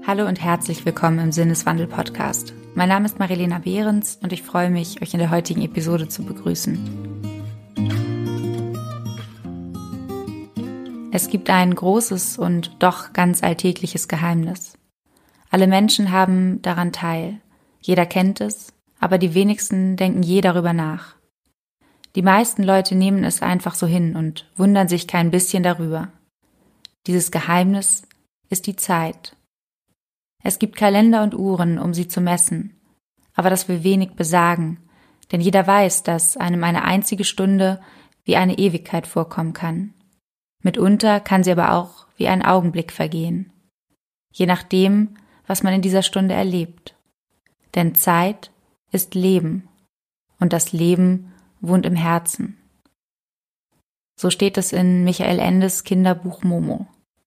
Hallo und herzlich willkommen im Sinneswandel-Podcast. Mein Name ist Marilena Behrens und ich freue mich, euch in der heutigen Episode zu begrüßen. Es gibt ein großes und doch ganz alltägliches Geheimnis. Alle Menschen haben daran teil. Jeder kennt es, aber die wenigsten denken je darüber nach. Die meisten Leute nehmen es einfach so hin und wundern sich kein bisschen darüber. Dieses Geheimnis ist die Zeit. Es gibt Kalender und Uhren, um sie zu messen, aber das will wenig besagen, denn jeder weiß, dass einem eine einzige Stunde wie eine Ewigkeit vorkommen kann. Mitunter kann sie aber auch wie ein Augenblick vergehen, je nachdem, was man in dieser Stunde erlebt. Denn Zeit ist Leben und das Leben wohnt im Herzen. So steht es in Michael Endes Kinderbuch Momo.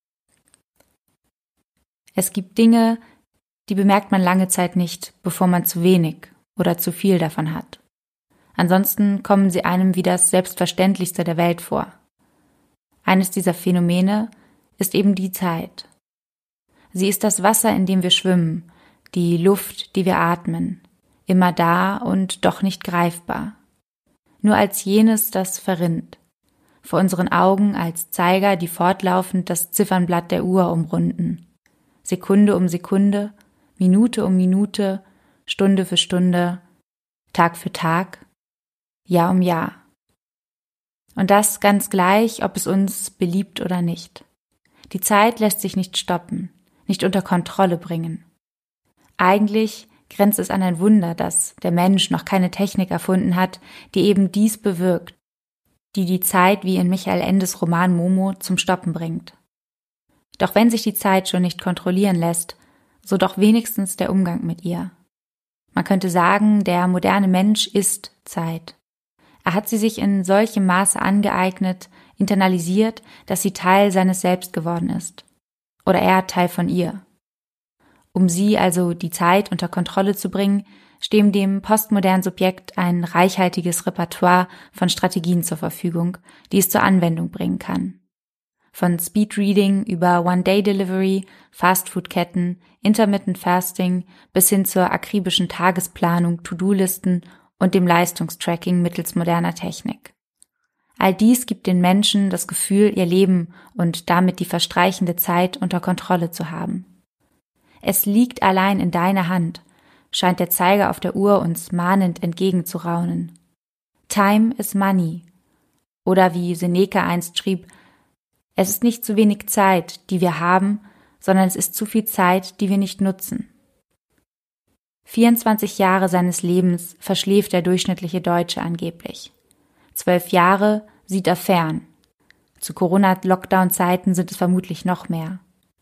Es gibt Dinge, die bemerkt man lange Zeit nicht, bevor man zu wenig oder zu viel davon hat. Ansonsten kommen sie einem wie das Selbstverständlichste der Welt vor. Eines dieser Phänomene ist eben die Zeit. Sie ist das Wasser, in dem wir schwimmen, die Luft, die wir atmen, immer da und doch nicht greifbar. Nur als jenes, das verrinnt. Vor unseren Augen als Zeiger, die fortlaufend das Ziffernblatt der Uhr umrunden. Sekunde um Sekunde, Minute um Minute, Stunde für Stunde, Tag für Tag, Jahr um Jahr. Und das ganz gleich, ob es uns beliebt oder nicht. Die Zeit lässt sich nicht stoppen, nicht unter Kontrolle bringen. Eigentlich grenzt es an ein Wunder, dass der Mensch noch keine Technik erfunden hat, die eben dies bewirkt, die Zeit wie in Michael Endes Roman Momo zum Stoppen bringt. Doch wenn sich die Zeit schon nicht kontrollieren lässt, so doch wenigstens der Umgang mit ihr. Man könnte sagen, der moderne Mensch ist Zeit. Er hat sie sich in solchem Maße angeeignet, internalisiert, dass sie Teil seines Selbst geworden ist. Oder er Teil von ihr. Um sie, also die Zeit, unter Kontrolle zu bringen, stehen dem postmodernen Subjekt ein reichhaltiges Repertoire von Strategien zur Verfügung, die es zur Anwendung bringen kann. Von Speedreading über One-Day-Delivery, Fastfood-Ketten, Intermittent Fasting bis hin zur akribischen Tagesplanung, To-Do-Listen und dem Leistungstracking mittels moderner Technik. All dies gibt den Menschen das Gefühl, ihr Leben und damit die verstreichende Zeit unter Kontrolle zu haben. Es liegt allein in deiner Hand, scheint der Zeiger auf der Uhr uns mahnend entgegenzuraunen. Time is money. Oder wie Seneca einst schrieb, es ist nicht zu wenig Zeit, die wir haben, sondern es ist zu viel Zeit, die wir nicht nutzen. 24 Jahre seines Lebens verschläft der durchschnittliche Deutsche angeblich. 12 Jahre sieht er fern. Zu Corona-Lockdown-Zeiten sind es vermutlich noch mehr.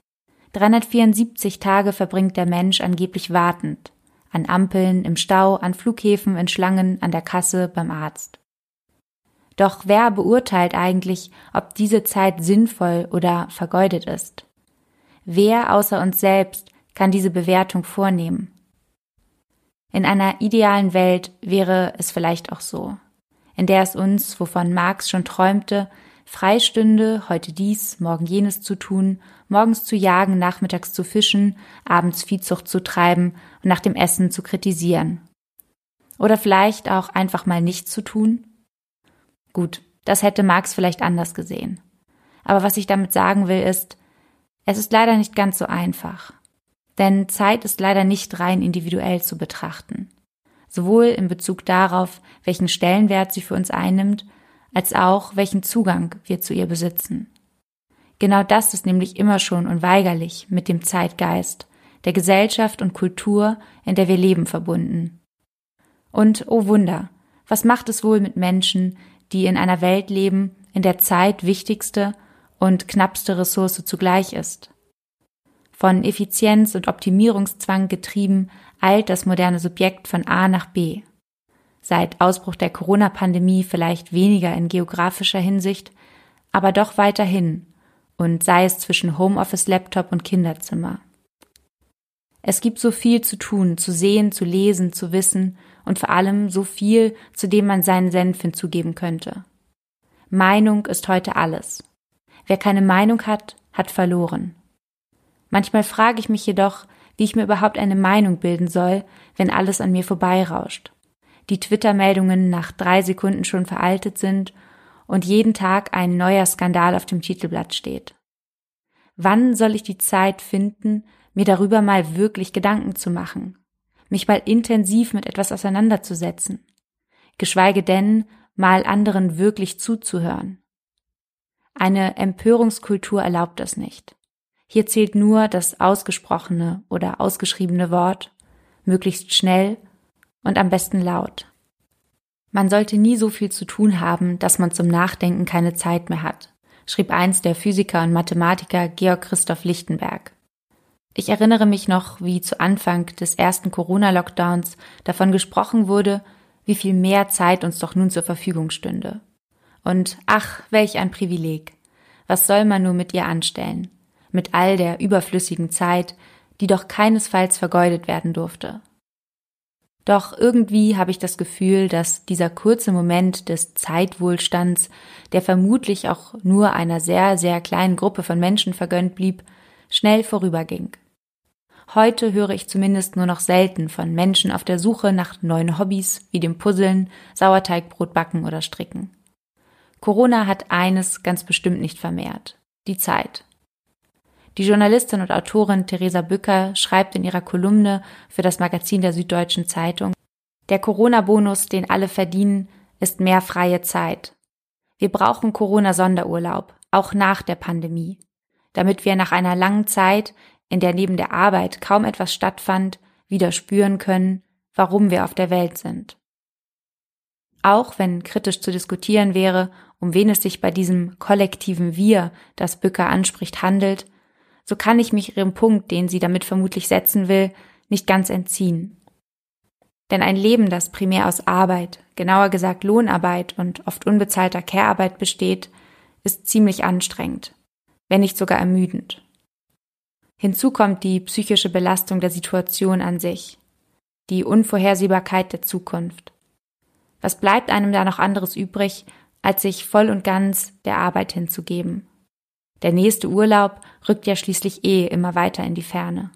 374 Tage verbringt der Mensch angeblich wartend. An Ampeln, im Stau, an Flughäfen, in Schlangen, an der Kasse, beim Arzt. Doch wer beurteilt eigentlich, ob diese Zeit sinnvoll oder vergeudet ist? Wer außer uns selbst kann diese Bewertung vornehmen? In einer idealen Welt wäre es vielleicht auch so, in der es uns, wovon Marx schon träumte, frei stünde, heute dies, morgen jenes zu tun, morgens zu jagen, nachmittags zu fischen, abends Viehzucht zu treiben und nach dem Essen zu kritisieren. Oder vielleicht auch einfach mal nichts zu tun? Gut, das hätte Marx vielleicht anders gesehen. Aber was ich damit sagen will, ist, es ist leider nicht ganz so einfach. Denn Zeit ist leider nicht rein individuell zu betrachten. Sowohl in Bezug darauf, welchen Stellenwert sie für uns einnimmt, als auch welchen Zugang wir zu ihr besitzen. Genau das ist nämlich immer schon unweigerlich mit dem Zeitgeist, der Gesellschaft und Kultur, in der wir leben, verbunden. Und, oh Wunder, was macht es wohl mit Menschen, die in einer Welt leben, in der Zeit wichtigste und knappste Ressource zugleich ist? Von Effizienz und Optimierungszwang getrieben, eilt das moderne Subjekt von A nach B. Seit Ausbruch der Corona-Pandemie vielleicht weniger in geografischer Hinsicht, aber doch weiterhin, und sei es zwischen Homeoffice, Laptop und Kinderzimmer. Es gibt so viel zu tun, zu sehen, zu lesen, zu wissen und vor allem so viel, zu dem man seinen Senf hinzugeben könnte. Meinung ist heute alles. Wer keine Meinung hat, hat verloren. Manchmal frage ich mich jedoch, wie ich mir überhaupt eine Meinung bilden soll, wenn alles an mir vorbeirauscht. Die Twitter-Meldungen nach 3 Sekunden schon veraltet sind und jeden Tag ein neuer Skandal auf dem Titelblatt steht. Wann soll ich die Zeit finden, mir darüber mal wirklich Gedanken zu machen, mich mal intensiv mit etwas auseinanderzusetzen, geschweige denn mal anderen wirklich zuzuhören? Eine Empörungskultur erlaubt das nicht. Hier zählt nur das ausgesprochene oder ausgeschriebene Wort, möglichst schnell und am besten laut. Man sollte nie so viel zu tun haben, dass man zum Nachdenken keine Zeit mehr hat, schrieb einst der Physiker und Mathematiker Georg Christoph Lichtenberg. Ich erinnere mich noch, wie zu Anfang des ersten Corona-Lockdowns davon gesprochen wurde, wie viel mehr Zeit uns doch nun zur Verfügung stünde. Und ach, welch ein Privileg. Was soll man nur mit ihr anstellen? Mit all der überflüssigen Zeit, die doch keinesfalls vergeudet werden durfte. Doch irgendwie habe ich das Gefühl, dass dieser kurze Moment des Zeitwohlstands, der vermutlich auch nur einer sehr, sehr kleinen Gruppe von Menschen vergönnt blieb, schnell vorüberging. Heute höre ich zumindest nur noch selten von Menschen auf der Suche nach neuen Hobbys wie dem Puzzeln, Sauerteigbrot backen oder Stricken. Corona hat eines ganz bestimmt nicht vermehrt: die Zeit. Die Journalistin und Autorin Theresa Bücker schreibt in ihrer Kolumne für das Magazin der Süddeutschen Zeitung: Der Corona-Bonus, den alle verdienen, ist mehr freie Zeit. Wir brauchen Corona-Sonderurlaub, auch nach der Pandemie, damit wir nach einer langen Zeit, in der neben der Arbeit kaum etwas stattfand, wieder spüren können, warum wir auf der Welt sind. Auch wenn kritisch zu diskutieren wäre, um wen es sich bei diesem kollektiven Wir, das Bücker anspricht, handelt, so kann ich mich ihrem Punkt, den sie damit vermutlich setzen will, nicht ganz entziehen. Denn ein Leben, das primär aus Arbeit, genauer gesagt Lohnarbeit und oft unbezahlter Care-Arbeit besteht, ist ziemlich anstrengend, wenn nicht sogar ermüdend. Hinzu kommt die psychische Belastung der Situation an sich, die Unvorhersehbarkeit der Zukunft. Was bleibt einem da noch anderes übrig, als sich voll und ganz der Arbeit hinzugeben? Der nächste Urlaub rückt ja schließlich immer weiter in die Ferne.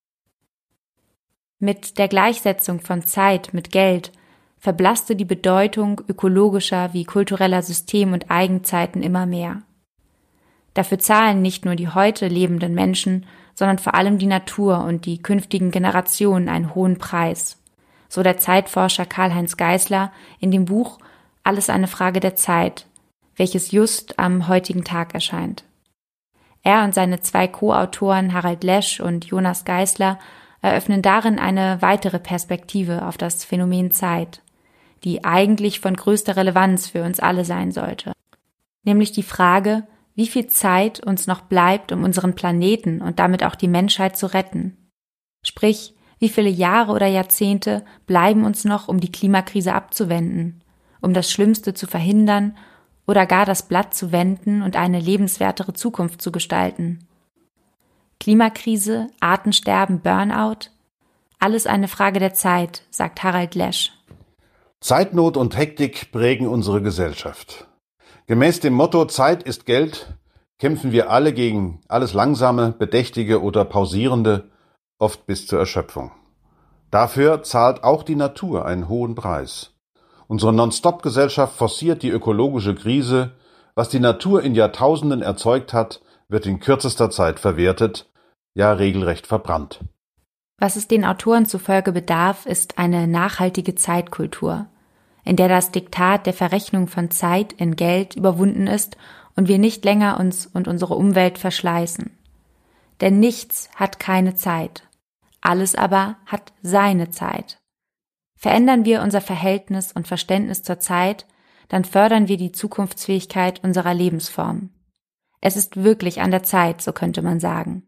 Mit der Gleichsetzung von Zeit mit Geld verblasste die Bedeutung ökologischer wie kultureller System- und Eigenzeiten immer mehr. Dafür zahlen nicht nur die heute lebenden Menschen, sondern vor allem die Natur und die künftigen Generationen einen hohen Preis, so der Zeitforscher Karl-Heinz Geisler in dem Buch Alles eine Frage der Zeit, welches just am heutigen Tag erscheint. Er und seine 2 Co-Autoren Harald Lesch und Jonas Geisler eröffnen darin eine weitere Perspektive auf das Phänomen Zeit, die eigentlich von größter Relevanz für uns alle sein sollte. Nämlich die Frage, wie viel Zeit uns noch bleibt, um unseren Planeten und damit auch die Menschheit zu retten. Sprich, wie viele Jahre oder Jahrzehnte bleiben uns noch, um die Klimakrise abzuwenden, um das Schlimmste zu verhindern oder gar das Blatt zu wenden und eine lebenswertere Zukunft zu gestalten. Klimakrise, Artensterben, Burnout? Alles eine Frage der Zeit, sagt Harald Lesch. Zeitnot und Hektik prägen unsere Gesellschaft. Gemäß dem Motto Zeit ist Geld kämpfen wir alle gegen alles Langsame, Bedächtige oder Pausierende, oft bis zur Erschöpfung. Dafür zahlt auch die Natur einen hohen Preis. Unsere Non-Stop-Gesellschaft forciert die ökologische Krise. Was die Natur in Jahrtausenden erzeugt hat, wird in kürzester Zeit verwertet, ja regelrecht verbrannt. Was es den Autoren zufolge bedarf, ist eine nachhaltige Zeitkultur, in der das Diktat der Verrechnung von Zeit in Geld überwunden ist und wir nicht länger uns und unsere Umwelt verschleißen. Denn nichts hat keine Zeit, alles aber hat seine Zeit. Verändern wir unser Verhältnis und Verständnis zur Zeit, dann fördern wir die Zukunftsfähigkeit unserer Lebensform. Es ist wirklich an der Zeit, so könnte man sagen.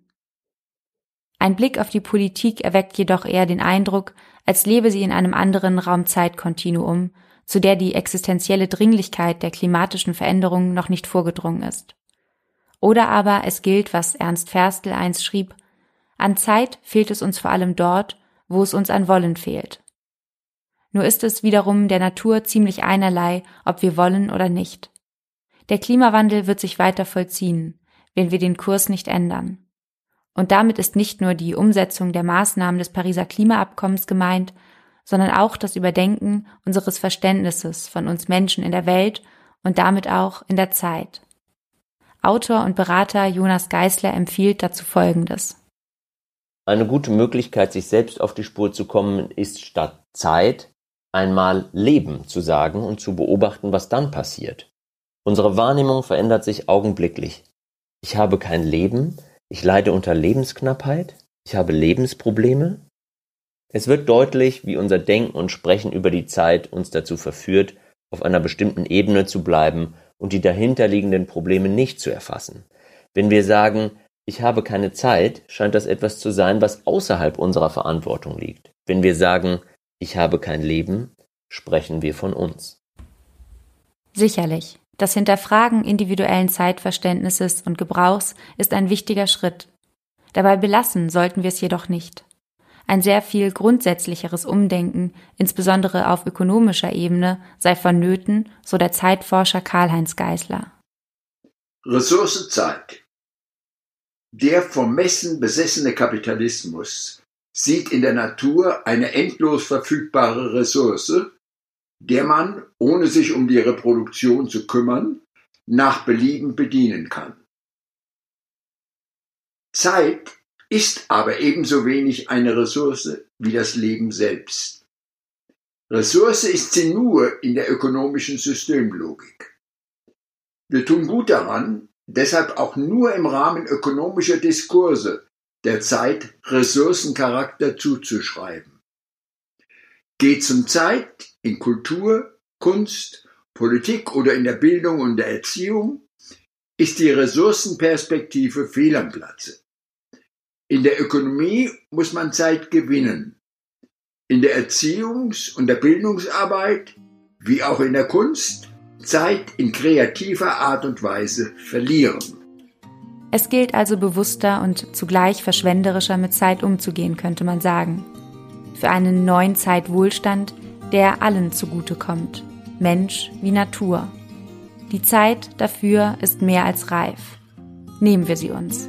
Ein Blick auf die Politik erweckt jedoch eher den Eindruck, als lebe sie in einem anderen Raum-Zeit-Kontinuum, zu der die existenzielle Dringlichkeit der klimatischen Veränderungen noch nicht vorgedrungen ist. Oder aber es gilt, was Ernst Ferstel einst schrieb: An Zeit fehlt es uns vor allem dort, wo es uns an Wollen fehlt. Nur ist es wiederum der Natur ziemlich einerlei, ob wir wollen oder nicht. Der Klimawandel wird sich weiter vollziehen, wenn wir den Kurs nicht ändern. Und damit ist nicht nur die Umsetzung der Maßnahmen des Pariser Klimaabkommens gemeint, sondern auch das Überdenken unseres Verständnisses von uns Menschen in der Welt und damit auch in der Zeit. Autor und Berater Jonas Geisler empfiehlt dazu Folgendes. Eine gute Möglichkeit, sich selbst auf die Spur zu kommen, ist statt Zeit einmal Leben zu sagen und zu beobachten, was dann passiert. Unsere Wahrnehmung verändert sich augenblicklich. Ich habe kein Leben, ich leide unter Lebensknappheit, ich habe Lebensprobleme. Es wird deutlich, wie unser Denken und Sprechen über die Zeit uns dazu verführt, auf einer bestimmten Ebene zu bleiben und die dahinterliegenden Probleme nicht zu erfassen. Wenn wir sagen, ich habe keine Zeit, scheint das etwas zu sein, was außerhalb unserer Verantwortung liegt. Wenn wir sagen, ich habe kein Leben, sprechen wir von uns. Sicherlich, das Hinterfragen individuellen Zeitverständnisses und Gebrauchs ist ein wichtiger Schritt. Dabei belassen sollten wir es jedoch nicht. Ein sehr viel grundsätzlicheres Umdenken, insbesondere auf ökonomischer Ebene, sei vonnöten, so der Zeitforscher Karl-Heinz Geisler. Ressource Zeit. Der vom Messen besessene Kapitalismus sieht in der Natur eine endlos verfügbare Ressource, der man, ohne sich um die Reproduktion zu kümmern, nach Belieben bedienen kann. Zeit ist aber ebenso wenig eine Ressource wie das Leben selbst. Ressource ist sie nur in der ökonomischen Systemlogik. Wir tun gut daran, deshalb auch nur im Rahmen ökonomischer Diskurse der Zeit Ressourcencharakter zuzuschreiben. Geht zum Zeit in Kultur, Kunst, Politik oder in der Bildung und der Erziehung, ist die Ressourcenperspektive fehl am Platze. In der Ökonomie muss man Zeit gewinnen. In der Erziehungs- und der Bildungsarbeit, wie auch in der Kunst, Zeit in kreativer Art und Weise verlieren. Es gilt also bewusster und zugleich verschwenderischer mit Zeit umzugehen, könnte man sagen. Für einen neuen Zeitwohlstand, der allen zugutekommt, Mensch wie Natur. Die Zeit dafür ist mehr als reif. Nehmen wir sie uns.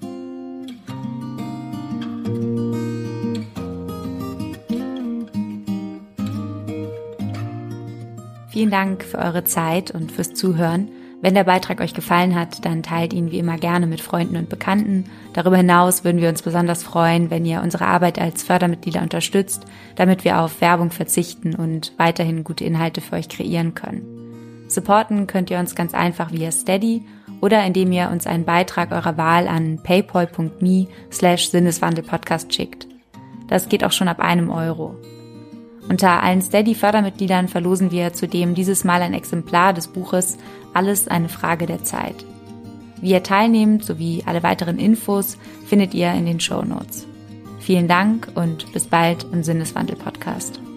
Vielen Dank für eure Zeit und fürs Zuhören. Wenn der Beitrag euch gefallen hat, dann teilt ihn wie immer gerne mit Freunden und Bekannten. Darüber hinaus würden wir uns besonders freuen, wenn ihr unsere Arbeit als Fördermitglieder unterstützt, damit wir auf Werbung verzichten und weiterhin gute Inhalte für euch kreieren können. Supporten könnt ihr uns ganz einfach via Steady oder indem ihr uns einen Beitrag eurer Wahl an paypal.me/Sinneswandelpodcast schickt. Das geht auch schon ab €1. Unter allen Steady-Fördermitgliedern verlosen wir zudem dieses Mal ein Exemplar des Buches Alles eine Frage der Zeit. Wie ihr teilnehmt sowie alle weiteren Infos findet ihr in den Shownotes. Vielen Dank und bis bald im Sinneswandel-Podcast.